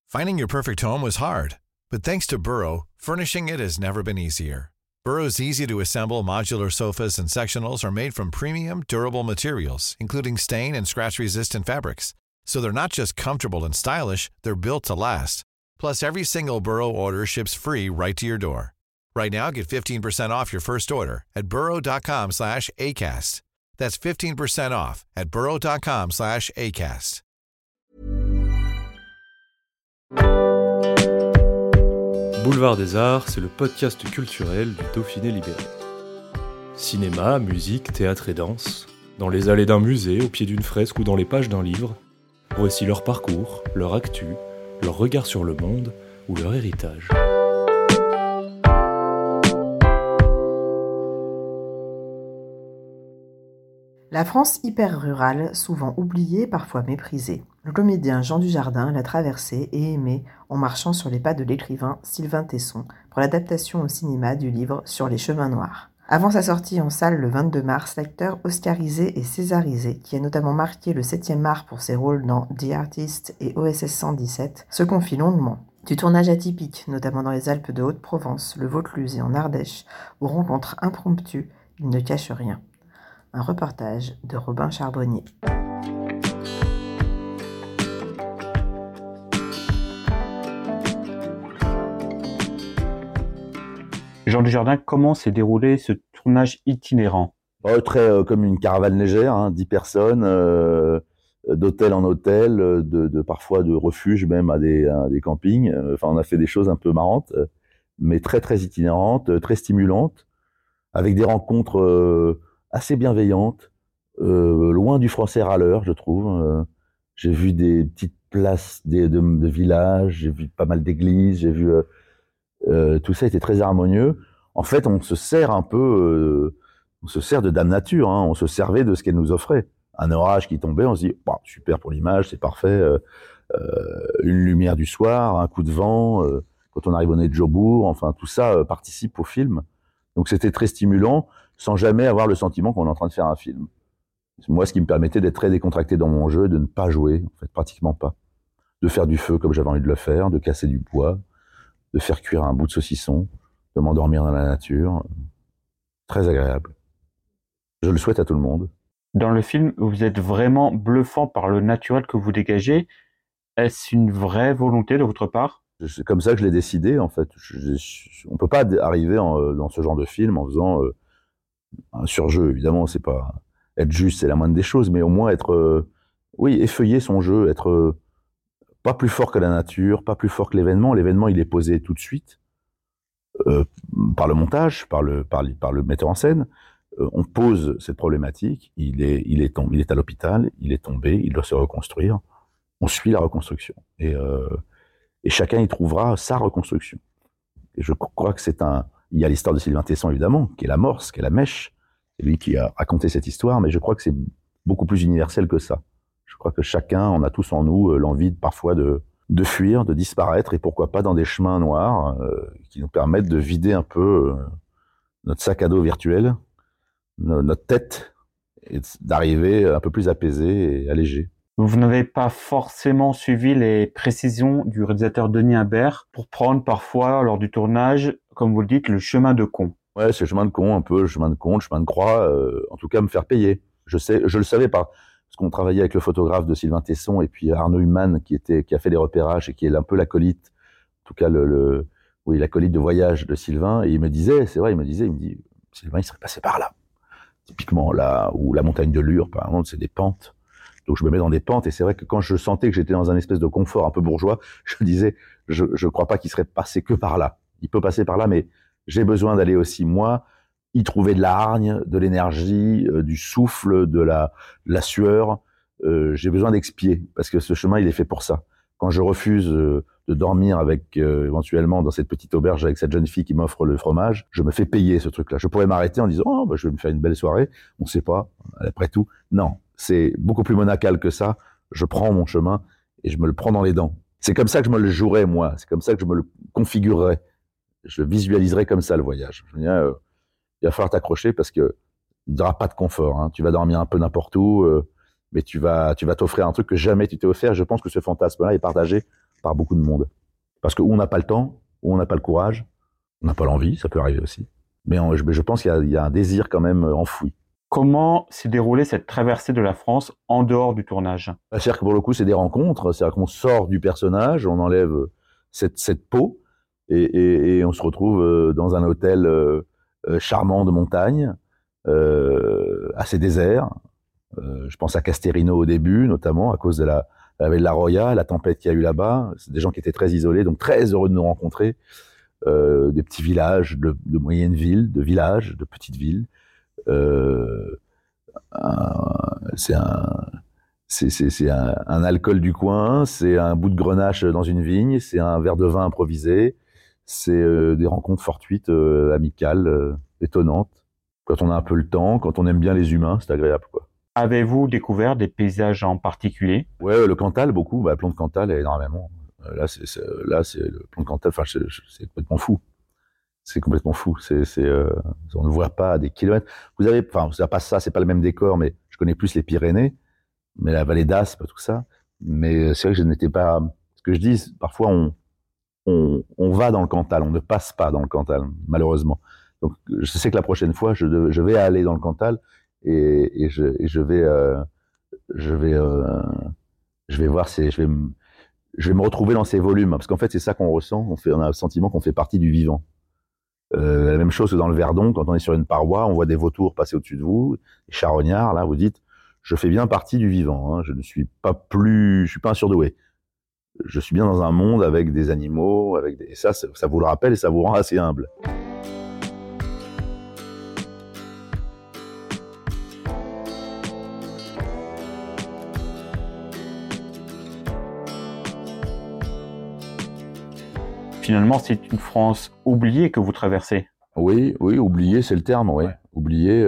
Finding your perfect home was hard, but thanks to Burrow, furnishing it has never been easier. Burrow's easy-to-assemble modular sofas and sectionals are made from premium, durable materials, including stain and scratch-resistant fabrics. So they're not just comfortable and stylish, they're built to last. Plus, every single Burrow order ships free right to your door. Right now, get 15% off your first order at burrow.com/ACAST. That's 15% off at burrow.com/ACAST. Boulevard des Arts, c'est le podcast culturel du Dauphiné libéré. Cinéma, musique, théâtre et danse, dans les allées d'un musée, au pied d'une fresque ou dans les pages d'un livre, voici leur parcours, leur actu, leur regard sur le monde ou leur héritage. La France hyper rurale, souvent oubliée, parfois méprisée. Le comédien Jean Dujardin l'a traversée et aimée en marchant sur les pas de l'écrivain Sylvain Tesson pour l'adaptation au cinéma du livre Sur les chemins noirs. Avant sa sortie en salle le 22 mars, l'acteur oscarisé et césarisé, qui a notamment marqué le 7e art pour ses rôles dans The Artist et OSS 117, se confie longuement. Du tournage atypique, notamment dans les Alpes de Haute-Provence, le Vaucluse et en Ardèche, aux rencontres impromptues, il ne cache rien. Un reportage de Robin Charbonnier. Jean Dujardin, comment s'est déroulé ce tournage itinérant ? Très comme une caravane légère, 10 personnes, d'hôtel en hôtel, de parfois de refuge même à des campings. On a fait des choses un peu marrantes, mais très très itinérantes, très stimulantes, avec des rencontres assez bienveillantes, loin du français râleur, je trouve. J'ai vu des petites places de villages, j'ai vu pas mal d'églises, j'ai vu tout ça était très harmonieux. En fait, on se sert un peu, on se sert de Dame Nature, on se servait de ce qu'elle nous offrait. Un orage qui tombait, on se dit super pour l'image, c'est parfait. Une lumière du soir, un coup de vent, quand on arrive au nez de Jobourg, enfin tout ça participe au film. Donc c'était très stimulant, sans jamais avoir le sentiment qu'on est en train de faire un film. Moi, ce qui me permettait d'être très décontracté dans mon jeu, de ne pas jouer, en fait, pratiquement pas. De faire du feu comme j'avais envie de le faire, de casser du bois, de faire cuire un bout de saucisson, de m'endormir dans la nature. Très agréable. Je le souhaite à tout le monde. Dans le film, vous êtes vraiment bluffant par le naturel que vous dégagez. Est-ce une vraie volonté de votre part ? C'est comme ça que je l'ai décidé, en fait. On peut pas arriver dans ce genre de film en faisant un surjeu. Évidemment, c'est pas être juste, c'est la moindre des choses, mais au moins être, effeuiller son jeu, être pas plus fort que la nature, pas plus fort que l'événement. L'événement, il est posé tout de suite par le montage, par le metteur en scène. On pose cette problématique. Il est à l'hôpital, il est tombé, il doit se reconstruire. On suit la reconstruction et chacun y trouvera sa reconstruction. Et je crois que il y a l'histoire de Sylvain Tesson évidemment, qui est l'amorce, qui est la mèche. C'est lui qui a raconté cette histoire, mais je crois que c'est beaucoup plus universel que ça. Je crois que chacun, on a tous en nous l'envie parfois de fuir, de disparaître, et pourquoi pas dans des chemins noirs qui nous permettent de vider un peu notre sac à dos virtuel, notre tête, et d'arriver un peu plus apaisé et allégé. Vous n'avez pas forcément suivi les précisions du réalisateur Denis Imbert pour prendre parfois, lors du tournage, comme vous le dites, le chemin de con. Ouais, c'est le chemin de con, un peu, le chemin de con, le chemin de croix, en tout cas me faire payer. Je le savais pas, parce qu'on travaillait avec le photographe de Sylvain Tesson et puis Arnaud Humann qui a fait les repérages et qui est un peu l'acolyte, en tout cas l'acolyte de voyage de Sylvain, et il me dit, Sylvain, il serait passé par là. Typiquement là, où la montagne de Lure, par exemple, c'est des pentes. Donc je me mets dans des pentes, et c'est vrai que quand je sentais que j'étais dans un espèce de confort un peu bourgeois, je disais, je crois pas qu'il serait passé que par là. Il peut passer par là, mais j'ai besoin d'aller aussi, moi, y trouver de la hargne, de l'énergie, du souffle, de la sueur. J'ai besoin d'expier, parce que ce chemin, il est fait pour ça. Quand je refuse de dormir avec éventuellement dans cette petite auberge avec cette jeune fille qui m'offre le fromage, je me fais payer ce truc-là. Je pourrais m'arrêter en disant je vais me faire une belle soirée, on sait pas, après tout. Non, c'est beaucoup plus monacal que ça. Je prends mon chemin et je me le prends dans les dents. C'est comme ça que je me le jouerais, moi. C'est comme ça que je me le configurerais. Je visualiserais comme ça le voyage. Je me dis, il va falloir t'accrocher parce que il n'y aura pas de confort. Tu vas dormir un peu n'importe où, mais tu vas t'offrir un truc que jamais tu t'es offert. Je pense que ce fantasme-là est partagé par beaucoup de monde. Parce que ou on n'a pas le temps, ou on n'a pas le courage, on n'a pas l'envie, ça peut arriver aussi. Mais je pense qu'il y a un désir quand même enfoui. Comment s'est déroulée cette traversée de la France en dehors du tournage? C'est-à-dire que pour le coup, c'est des rencontres, c'est-à-dire qu'on sort du personnage, on enlève cette peau, et on se retrouve dans un hôtel charmant de montagne, assez désert. Je pense à Casterino au début, notamment à cause de la Roya, la tempête qu'il y a eu là-bas. C'est des gens qui étaient très isolés, donc très heureux de nous rencontrer. Des petits villages, de moyennes villes, de villages, de petites villes. C'est un alcool du coin, c'est un bout de grenache dans une vigne, c'est un verre de vin improvisé, c'est des rencontres fortuites, amicales, étonnantes. Quand on a un peu le temps, quand on aime bien les humains, c'est agréable, quoi. Avez-vous découvert des paysages en particulier? Ouais, le Cantal, beaucoup. Le plan de Cantal, énormément. Là, c'est le plan de Cantal. Enfin, c'est complètement fou. C'est complètement fou. On ne voit pas à des kilomètres. C'est pas ça, c'est pas le même décor, mais je connais plus les Pyrénées, mais la vallée d'Aspe, tout ça. Mais c'est vrai que je n'étais pas. Ce que je dis, parfois on va dans le Cantal, on ne passe pas dans le Cantal, malheureusement. Donc, je sais que la prochaine fois, je vais aller dans le Cantal et je vais voir je vais me retrouver dans ces volumes, parce qu'en fait, c'est ça qu'on ressent. On a le sentiment qu'on fait partie du vivant. La même chose que dans le Verdon, quand on est sur une paroi, on voit des vautours passer au-dessus de vous, des charognards, là, vous dites, je fais bien partie du vivant, hein, je suis pas un surdoué. Je suis bien dans un monde avec des animaux, et ça vous le rappelle et ça vous rend assez humble. Finalement, c'est une France oubliée que vous traversez. Oui, oublier, c'est le terme, ouais. Oublier,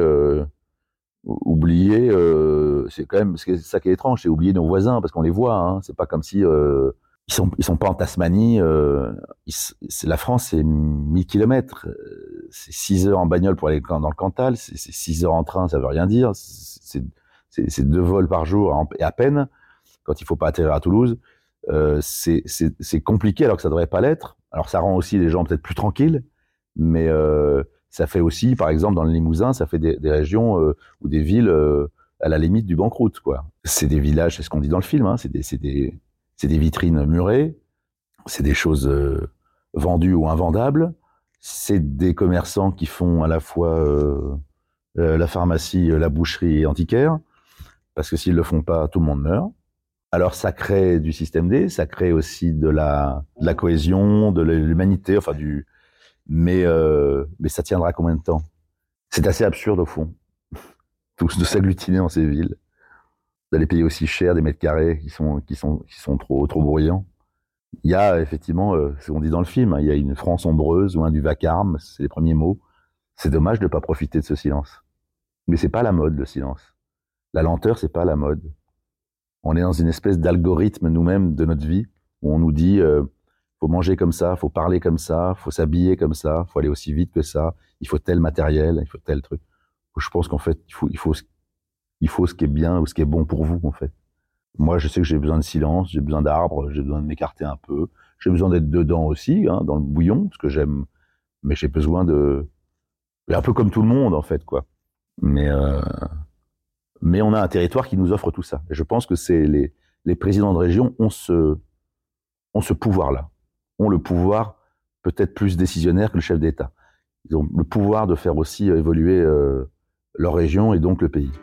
c'est quand même ça qui est étrange, c'est oublier nos voisins parce qu'on les voit. Hein. C'est pas comme si ils sont pas en Tasmanie. La France, c'est 1000 kilomètres, c'est 6 heures en bagnole pour aller dans le Cantal, c'est 6 heures en train, ça veut rien dire. C'est 2 vols par jour et à peine quand il faut pas atterrir à Toulouse. C'est compliqué alors que ça devrait pas l'être. Alors ça rend aussi les gens peut-être plus tranquilles, mais ça fait aussi, par exemple dans le Limousin, ça fait des régions ou des villes à la limite du banqueroute, quoi. C'est des villages, c'est ce qu'on dit dans le film, hein, c'est des vitrines murées, c'est des choses vendues ou invendables, c'est des commerçants qui font à la fois la pharmacie, la boucherie et antiquaire, parce que s'ils le font pas, tout le monde meurt. Alors ça crée du système D, ça crée aussi de la cohésion, de l'humanité, mais ça tiendra combien de temps? C'est assez absurde au fond, tous de s'agglutiner dans ces villes, d'aller payer aussi cher des mètres carrés qui sont trop bruyants. Il y a effectivement, ce qu'on dit dans le film, hein, il y a une France ombreuse ou du vacarme, c'est les premiers mots. C'est dommage de ne pas profiter de ce silence. Mais c'est pas la mode, le silence. La lenteur, c'est pas la mode. On est dans une espèce d'algorithme nous-mêmes de notre vie où on nous dit faut manger comme ça, faut parler comme ça, faut s'habiller comme ça, faut aller aussi vite que ça, il faut tel matériel, il faut tel truc. Je pense qu'en fait, il faut ce qui est bien ou ce qui est bon pour vous, en fait. Moi, je sais que j'ai besoin de silence, j'ai besoin d'arbres, j'ai besoin de m'écarter un peu, j'ai besoin d'être dedans aussi, hein, dans le bouillon, parce que j'aime, mais j'ai besoin un peu comme tout le monde, en fait, quoi. Mais on a un territoire qui nous offre tout ça. Et je pense que c'est les présidents de région ont ce pouvoir-là. Ont le pouvoir peut-être plus décisionnaire que le chef d'État. Ils ont le pouvoir de faire aussi évoluer leur région et donc le pays.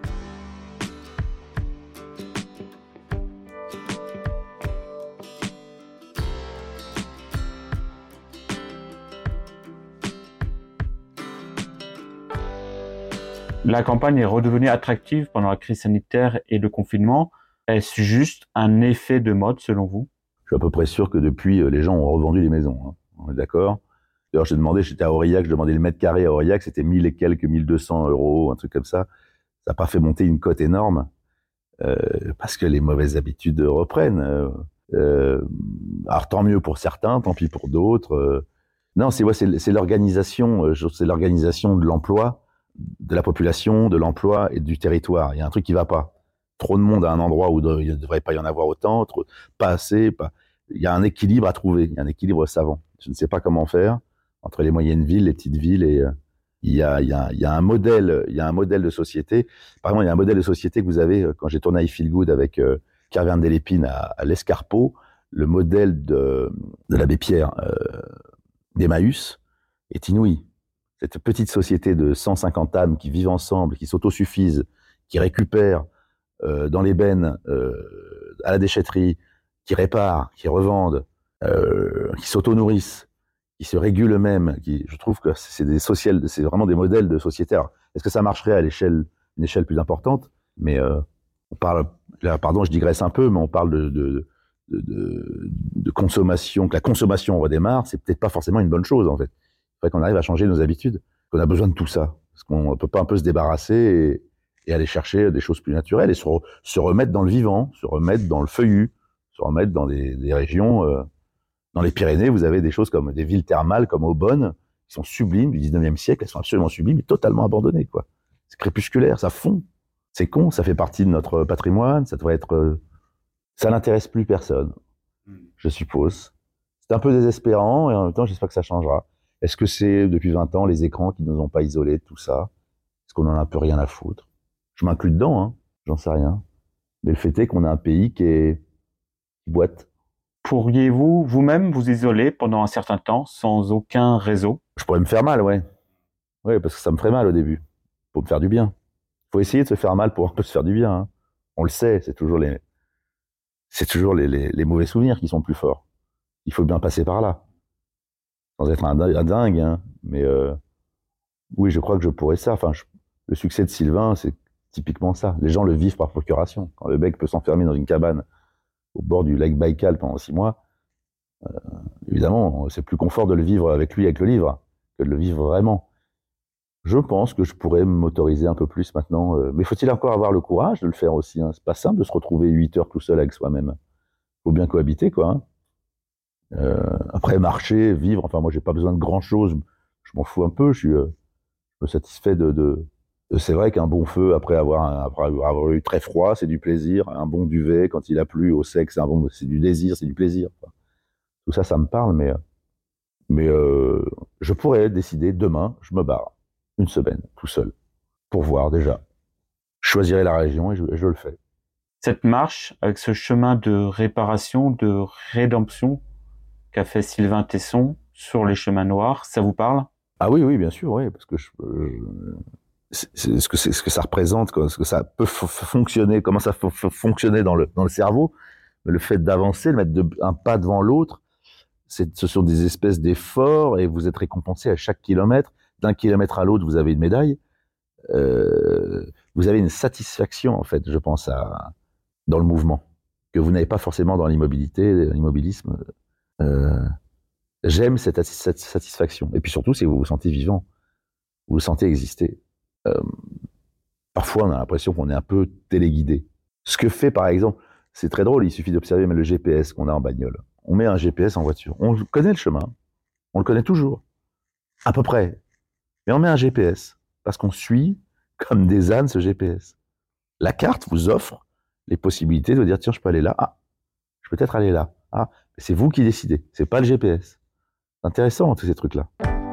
La campagne est redevenue attractive pendant la crise sanitaire et le confinement. Est-ce juste un effet de mode selon vous? Je suis à peu près sûr que depuis, les gens ont revendu les maisons. Hein. On est d'accord? D'ailleurs, j'étais à Aurillac, je demandais le mètre carré à Aurillac, c'était 1000 et quelques, 1200 €, un truc comme ça. Ça n'a pas fait monter une cote énorme, parce que les mauvaises habitudes reprennent. Alors tant mieux pour certains, tant pis pour d'autres. Non, c'est l'organisation, c'est l'organisation de l'emploi, de la population, de l'emploi et du territoire. Il y a un truc qui va pas. Trop de monde à un endroit où il ne devrait pas y en avoir autant, pas assez. il y a un équilibre à trouver, il y a un équilibre savant. Je ne sais pas comment faire entre les moyennes villes, les petites villes, et il y a un modèle de société. Par exemple, il y a un modèle de société que vous avez quand j'ai tourné I Feel Good avec Kervin Delépine à l'Escarpot, le modèle de l'abbé Pierre d'Emmaüs est inouï. Cette petite société de 150 âmes qui vivent ensemble, qui s'autosuffisent, qui récupèrent dans les bennes, à la déchetterie, qui réparent, qui revendent, qui s'auto-nourrissent, qui se régulent eux-mêmes, je trouve que c'est vraiment des modèles de société. Alors, est-ce que ça marcherait à une échelle plus importante? Mais on parle, là, pardon, je digresse un peu, mais on parle de consommation, que la consommation redémarre, c'est peut-être pas forcément une bonne chose, en fait. Il faudrait qu'on arrive à changer nos habitudes, qu'on a besoin de tout ça. Parce qu'on peut pas un peu se débarrasser et aller chercher des choses plus naturelles et se remettre dans le vivant, se remettre dans le feuillu, se remettre dans des régions, dans les Pyrénées, vous avez des choses comme des villes thermales comme Aubonne, qui sont sublimes du 19e siècle, elles sont absolument sublimes et totalement abandonnées, quoi. C'est crépusculaire, ça fond. C'est con, ça fait partie de notre patrimoine, ça doit être, ça n'intéresse plus personne, je suppose. C'est un peu désespérant et en même temps, j'espère que ça changera. Est-ce que c'est, depuis 20 ans, les écrans qui nous ont pas isolés de tout ça? Est-ce qu'on en a un peu rien à foutre? Je m'inclus dedans, hein, j'en sais rien. Mais le fait est qu'on a un pays qui boite. Pourriez-vous vous-même vous isoler pendant un certain temps sans aucun réseau? Je pourrais me faire mal, ouais. Ouais, parce que ça me ferait mal au début. Pour me faire du bien. Faut essayer de se faire mal pour un peu se faire du bien, hein. On le sait, c'est toujours les mauvais souvenirs qui sont plus forts. Il faut bien passer par là. Sans être un dingue, hein. Mais oui, je crois que je pourrais ça. Enfin, le succès de Sylvain, c'est typiquement ça. Les gens le vivent par procuration. Quand le mec peut s'enfermer dans une cabane au bord du lac Baïkal pendant 6 mois, évidemment, c'est plus confort de le vivre avec lui, avec le livre, que de le vivre vraiment. Je pense que je pourrais m'autoriser un peu plus maintenant. Mais faut-il encore avoir le courage de le faire aussi, hein? C'est pas simple de se retrouver 8 heures tout seul avec soi-même. Faut bien cohabiter, quoi, hein. Après, marcher, vivre, enfin, moi, j'ai pas besoin de grand-chose. Je m'en fous un peu. Je me satisfais c'est vrai qu'un bon feu, après avoir eu très froid, c'est du plaisir. Un bon duvet, quand il a plu au sec, c'est du désir, c'est du plaisir, quoi. Tout ça, ça me parle, mais je pourrais décider demain, je me barre. Une semaine, tout seul, pour voir déjà. Je choisirai la région et je le fais. Cette marche, avec ce chemin de réparation, de rédemption qu'a fait Sylvain Tesson sur les chemins noirs, ça vous parle? Ah oui, bien sûr, oui, parce que c'est ce que ça représente, quoi, ce que ça peut fonctionner, comment ça peut fonctionner dans le cerveau. Le fait d'avancer, de mettre un pas devant l'autre, ce sont des espèces d'efforts et vous êtes récompensé à chaque kilomètre. D'un kilomètre à l'autre, vous avez une médaille. Vous avez une satisfaction, en fait, je pense, dans le mouvement, que vous n'avez pas forcément dans l'immobilisme. J'aime cette satisfaction. Et puis surtout, c'est que vous vous sentez vivant. Vous vous sentez exister. Parfois, on a l'impression qu'on est un peu téléguidé. Ce que fait, par exemple, c'est très drôle, il suffit d'observer le GPS qu'on a en bagnole. On met un GPS en voiture. On connaît le chemin. On le connaît toujours. À peu près. Mais on met un GPS. Parce qu'on suit, comme des ânes, ce GPS. La carte vous offre les possibilités de dire, tiens, je peux aller là. Ah, je peux peut-être aller là. Ah, c'est vous qui décidez. C'est pas le GPS. C'est intéressant, tous ces trucs-là.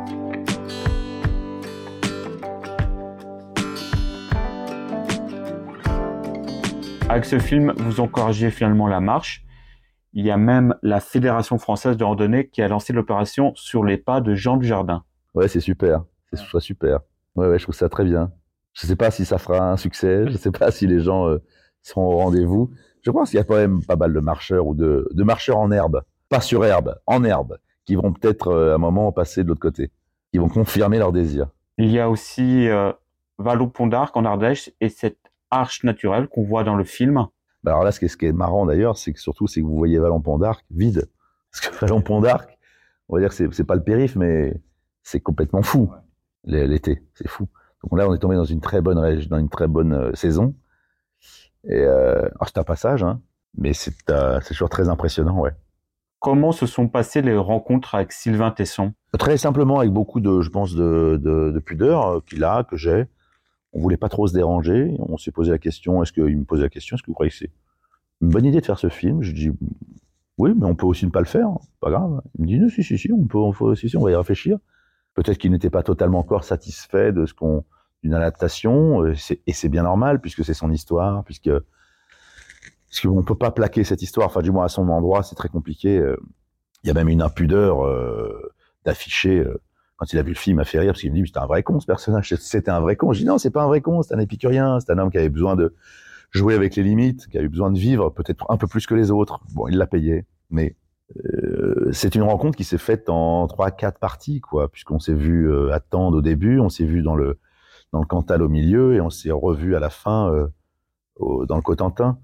Avec ce film, vous encouragez finalement la marche. Il y a même la Fédération française de randonnée qui a lancé l'opération Sur les pas de Jean Dujardin. Ouais, c'est super. C'est super. Ouais, je trouve ça très bien. Je sais pas si ça fera un succès. Je sais pas si les gens seront au rendez-vous. Je pense qu'il y a quand même pas mal de marcheurs ou de marcheurs en herbe. Pas sur herbe, en herbe. Qui vont peut-être à un moment passer de l'autre côté. Qui vont confirmer leur désir. Il y a aussi Vallon-Pont d'Arc en Ardèche et cette arche naturelle qu'on voit dans le film. Bah alors là, ce qui est marrant d'ailleurs, c'est que vous voyez Vallon-Pont d'Arc vide. Parce que Vallon-Pont d'Arc, on va dire que c'est pas le périph', mais c'est complètement fou. L'été, c'est fou. Donc là, on est tombé dans une très bonne saison. Et alors c'est un passage, hein, mais c'est toujours très impressionnant, ouais. Comment se sont passées les rencontres avec Sylvain Tesson? Très simplement, avec beaucoup de pudeur que j'ai. On voulait pas trop se déranger. On s'est posé la question, il me posait la question, est-ce que vous croyez que c'est une bonne idée de faire ce film? Je dis, Oui, mais on peut aussi ne pas le faire, hein, pas grave. Il me dit, non, si, on va y réfléchir. Peut-être qu'il n'était pas totalement encore satisfait d'une adaptation, et c'est bien normal, puisque c'est son histoire, parce qu'on peut pas plaquer cette histoire, enfin, du moins à son endroit, c'est très compliqué. Il y a même une impudeur d'afficher, quand il a vu le film, il m'a fait rire, parce qu'il me dit, c'était un vrai con, ce personnage, c'était un vrai con. Je dis, non, c'est pas un vrai con, c'est un épicurien, c'est un homme qui avait besoin de jouer avec les limites, qui a eu besoin de vivre peut-être un peu plus que les autres. Bon, il l'a payé, mais c'est une rencontre qui s'est faite en 3-4 parties, quoi, puisqu'on s'est vu à Tende au début, on s'est vu dans le Cantal au milieu, et on s'est revu à la fin dans le Cotentin.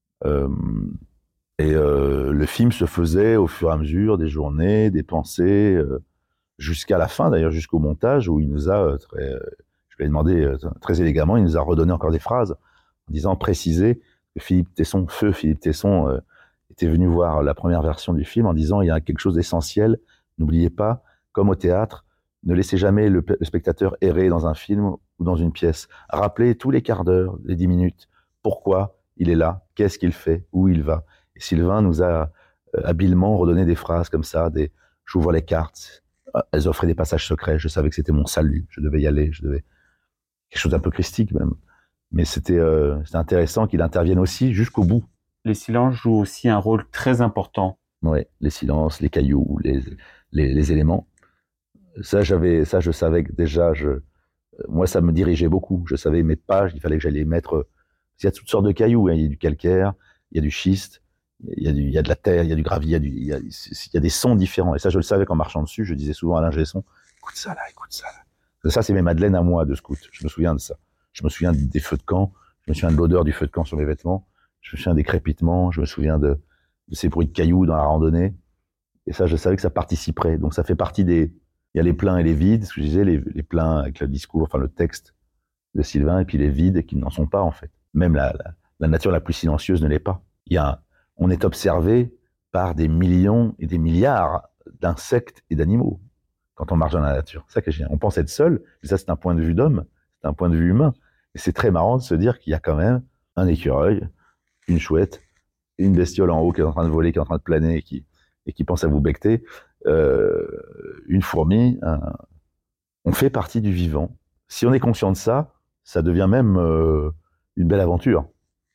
Le film se faisait au fur et à mesure des journées, des pensées, jusqu'à la fin, d'ailleurs, jusqu'au montage, où il nous a, je lui ai demandé très élégamment, il nous a redonné encore des phrases, en disant, préciser que feu Philippe Tesson, était venu voir la première version du film en disant, il y a quelque chose d'essentiel, n'oubliez pas, comme au théâtre, ne laissez jamais le spectateur errer dans un film ou dans une pièce. Rappelez tous les quarts d'heure, les 10 minutes, pourquoi il est là, qu'est-ce qu'il fait, où il va. Et Sylvain nous a habilement redonné des phrases comme ça, j'ouvre les cartes, elles offraient des passages secrets, je savais que c'était mon salut, je devais y aller, quelque chose d'un peu christique même. Mais c'était intéressant qu'il intervienne aussi jusqu'au bout. Les silences jouent aussi un rôle très important. Oui, les silences, les cailloux, les éléments. Ça, je savais que déjà, moi, ça me dirigeait beaucoup. Je savais mes pages, il fallait que j'allais les mettre. Il y a toutes sortes de cailloux, hein. Il y a du calcaire, il y a du schiste, il y a de la terre, il y a du gravier, il y a des sons différents. Et ça, je le savais qu'en marchant dessus, je disais souvent à l'ingé son, écoute ça là. Ça, c'est mes madeleines à moi de scout. Je me souviens de ça. Je me souviens des feux de camp. Je me souviens de l'odeur du feu de camp sur mes vêtements. Je me souviens des crépitements. Je me souviens de ces bruits de cailloux dans la randonnée. Et ça, je savais que ça participerait. Donc, ça fait partie il y a les pleins et les vides, ce que je disais, les pleins avec le discours, enfin, le texte de Sylvain, et puis les vides qui n'en sont pas, en fait. Même la nature la plus silencieuse ne l'est pas. On est observé par des millions et des milliards d'insectes et d'animaux quand on marche dans la nature. C'est ça que je dis. On pense être seul, mais ça, c'est un point de vue d'homme, c'est un point de vue humain. Et c'est très marrant de se dire qu'il y a quand même un écureuil, une chouette, une bestiole en haut qui est en train de voler, qui est en train de planer et qui pense à vous becqueter, une fourmi. On fait partie du vivant. Si on est conscient de ça, ça devient même une belle aventure.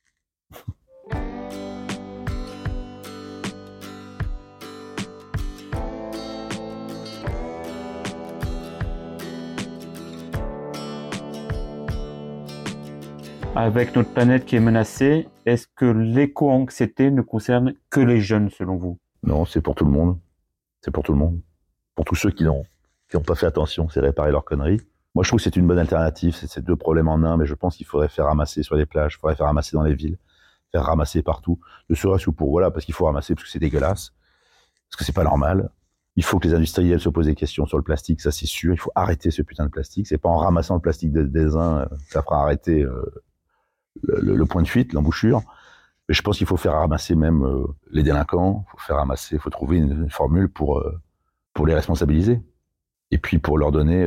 Avec notre planète qui est menacée, est-ce que l'éco-anxiété ne concerne que les jeunes, selon vous? Non, c'est pour tout le monde. C'est pour tout le monde. Pour tous ceux qui n'ont pas fait attention, c'est réparer leurs conneries. Moi, je trouve que c'est une bonne alternative. C'est ces deux problèmes en un, mais je pense qu'il faudrait faire ramasser sur les plages, il faudrait faire ramasser dans les villes, faire ramasser partout. Ne serait-ce que parce qu'il faut ramasser, parce que c'est dégueulasse, parce que c'est pas normal. Il faut que les industriels se posent des questions sur le plastique, ça c'est sûr. Il faut arrêter ce putain de plastique. C'est pas en ramassant le plastique des uns, ça fera arrêter le point de fuite, l'embouchure. Mais je pense qu'il faut faire ramasser même les délinquants. Il faut trouver une formule pour les responsabiliser. Et puis pour leur donner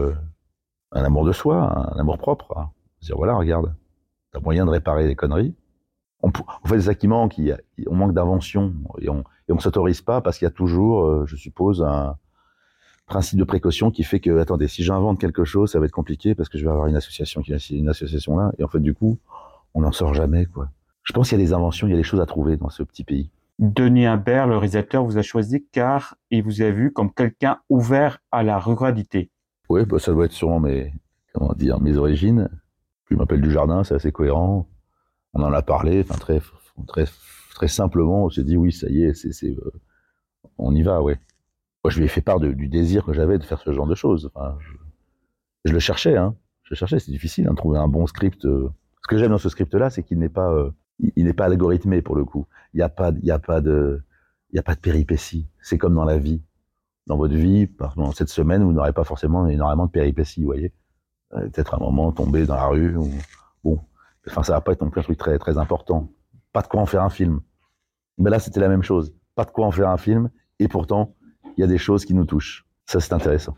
un amour de soi, un amour propre. Hein. Dire voilà, regarde, t'as moyen de réparer les conneries. On fait des actes qui manquent, on manque d'invention et on s'autorise pas parce qu'il y a toujours, je suppose, un principe de précaution qui fait que, attendez, si j'invente quelque chose, ça va être compliqué parce que je vais avoir une association là, et en fait, du coup, on n'en sort jamais, quoi. Je pense qu'il y a des inventions, il y a des choses à trouver dans ce petit pays. Denis Imbert, le réalisateur, vous a choisi car il vous a vu comme quelqu'un ouvert à la ruralité. Oui, bah, ça doit être sûrement mes origines. Je m'appelle Dujardin, c'est assez cohérent. On en a parlé, enfin très simplement. On s'est dit oui, ça y est, on y va, ouais. Moi, je lui ai fait part du désir que j'avais de faire ce genre de choses. Enfin, je le cherchais, hein. C'est difficile de trouver un bon script. Ce que j'aime dans ce script-là, c'est qu'il n'est pas, il n'est pas algorithmé pour le coup. Il n'y a pas de péripéties. C'est comme dans la vie. Dans votre vie, pendant cette semaine, vous n'aurez pas forcément énormément de péripéties, vous voyez. Peut-être un moment tomber dans la rue, ou bon. Enfin, ça va pas être non plus un truc très, très important. Pas de quoi en faire un film. Mais là, c'était la même chose. Pas de quoi en faire un film, et pourtant, il y a des choses qui nous touchent. Ça, c'est intéressant.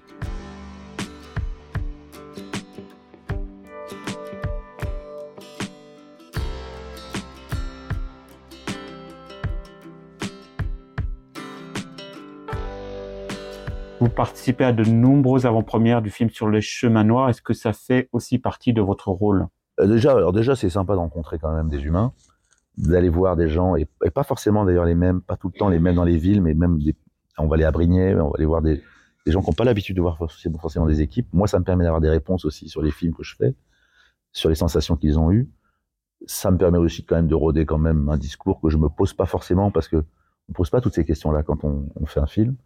Vous participez à de nombreuses avant-premières du film Sur les chemins noirs. Est-ce que ça fait aussi partie de votre rôle? Déjà, c'est sympa de rencontrer quand même des humains, d'aller voir des gens, et pas forcément d'ailleurs les mêmes, pas tout le temps les mêmes dans les villes, mais même on va aller à Brignais, on va aller voir des gens qui n'ont pas l'habitude de voir forcément des équipes. Moi, ça me permet d'avoir des réponses aussi sur les films que je fais, sur les sensations qu'ils ont eues. Ça me permet aussi quand même de rôder quand même un discours que je me pose pas forcément, parce que on pose pas toutes ces questions-là quand on fait un film.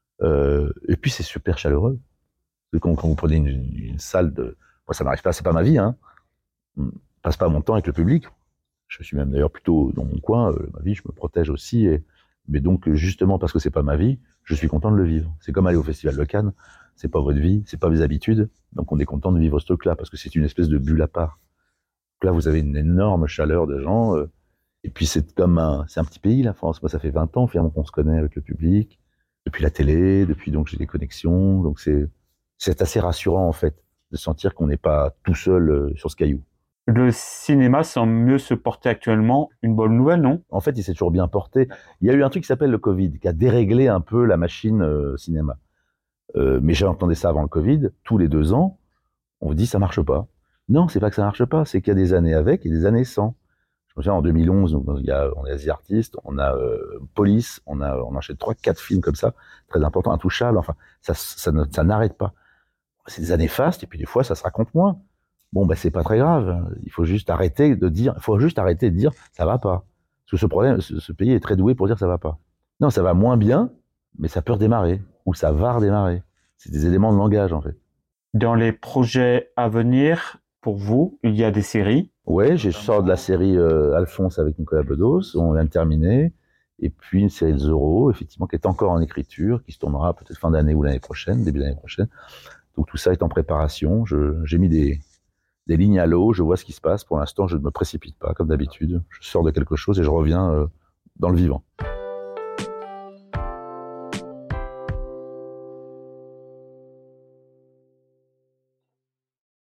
Et puis c'est super chaleureux. Quand vous prenez une salle de... Moi, ça m'arrive pas, c'est pas ma vie, hein. Je passe pas mon temps avec le public. Je suis même d'ailleurs plutôt dans mon coin. Ma vie, je me protège aussi. Mais donc, justement, parce que c'est pas ma vie, je suis content de le vivre. C'est comme aller au Festival de Cannes. C'est pas votre vie, c'est pas vos habitudes. Donc, on est content de vivre ce truc-là, parce que c'est une espèce de bulle à part. Donc là, vous avez une énorme chaleur de gens. Et puis, c'est un petit pays, la France. Moi, ça fait 20 ans, finalement, qu'on se connaît avec le public. Depuis la télé, depuis donc j'ai des connexions. Donc, c'est assez rassurant, en fait, de sentir qu'on n'est pas tout seul sur ce caillou. Le cinéma semble mieux se porter actuellement. Une bonne nouvelle, non? En fait, il s'est toujours bien porté. Il y a eu un truc qui s'appelle le Covid, qui a déréglé un peu la machine cinéma. Mais j'entendais ça avant le Covid. Tous les 2 ans, on vous dit ça marche pas. Non, c'est pas que ça marche pas, c'est qu'il y a des années avec et des années sans. Je me souviens en 2011, on a The Artist, on a Police, on enchaîne 3-4 films comme ça, très importants, intouchables. Enfin, ça n'arrête pas. C'est des années fastes et puis des fois ça se raconte moins. Bon, c'est pas très grave. Il faut juste arrêter de dire ça va pas. Parce que ce pays est très doué pour dire ça va pas. Non, ça va moins bien, mais ça peut redémarrer. Ou ça va redémarrer. C'est des éléments de langage, en fait. Dans les projets à venir, pour vous, il y a des séries? Ouais, je sors de la série Alphonse avec Nicolas Bedos. On vient de terminer. Et puis une série de Zorro, effectivement, qui est encore en écriture, qui se tournera peut-être fin d'année ou l'année prochaine, début d'année prochaine. Donc tout ça est en préparation. J'ai mis des lignes à l'eau, je vois ce qui se passe. Pour l'instant, je ne me précipite pas, comme d'habitude. Je sors de quelque chose et je reviens dans le vivant.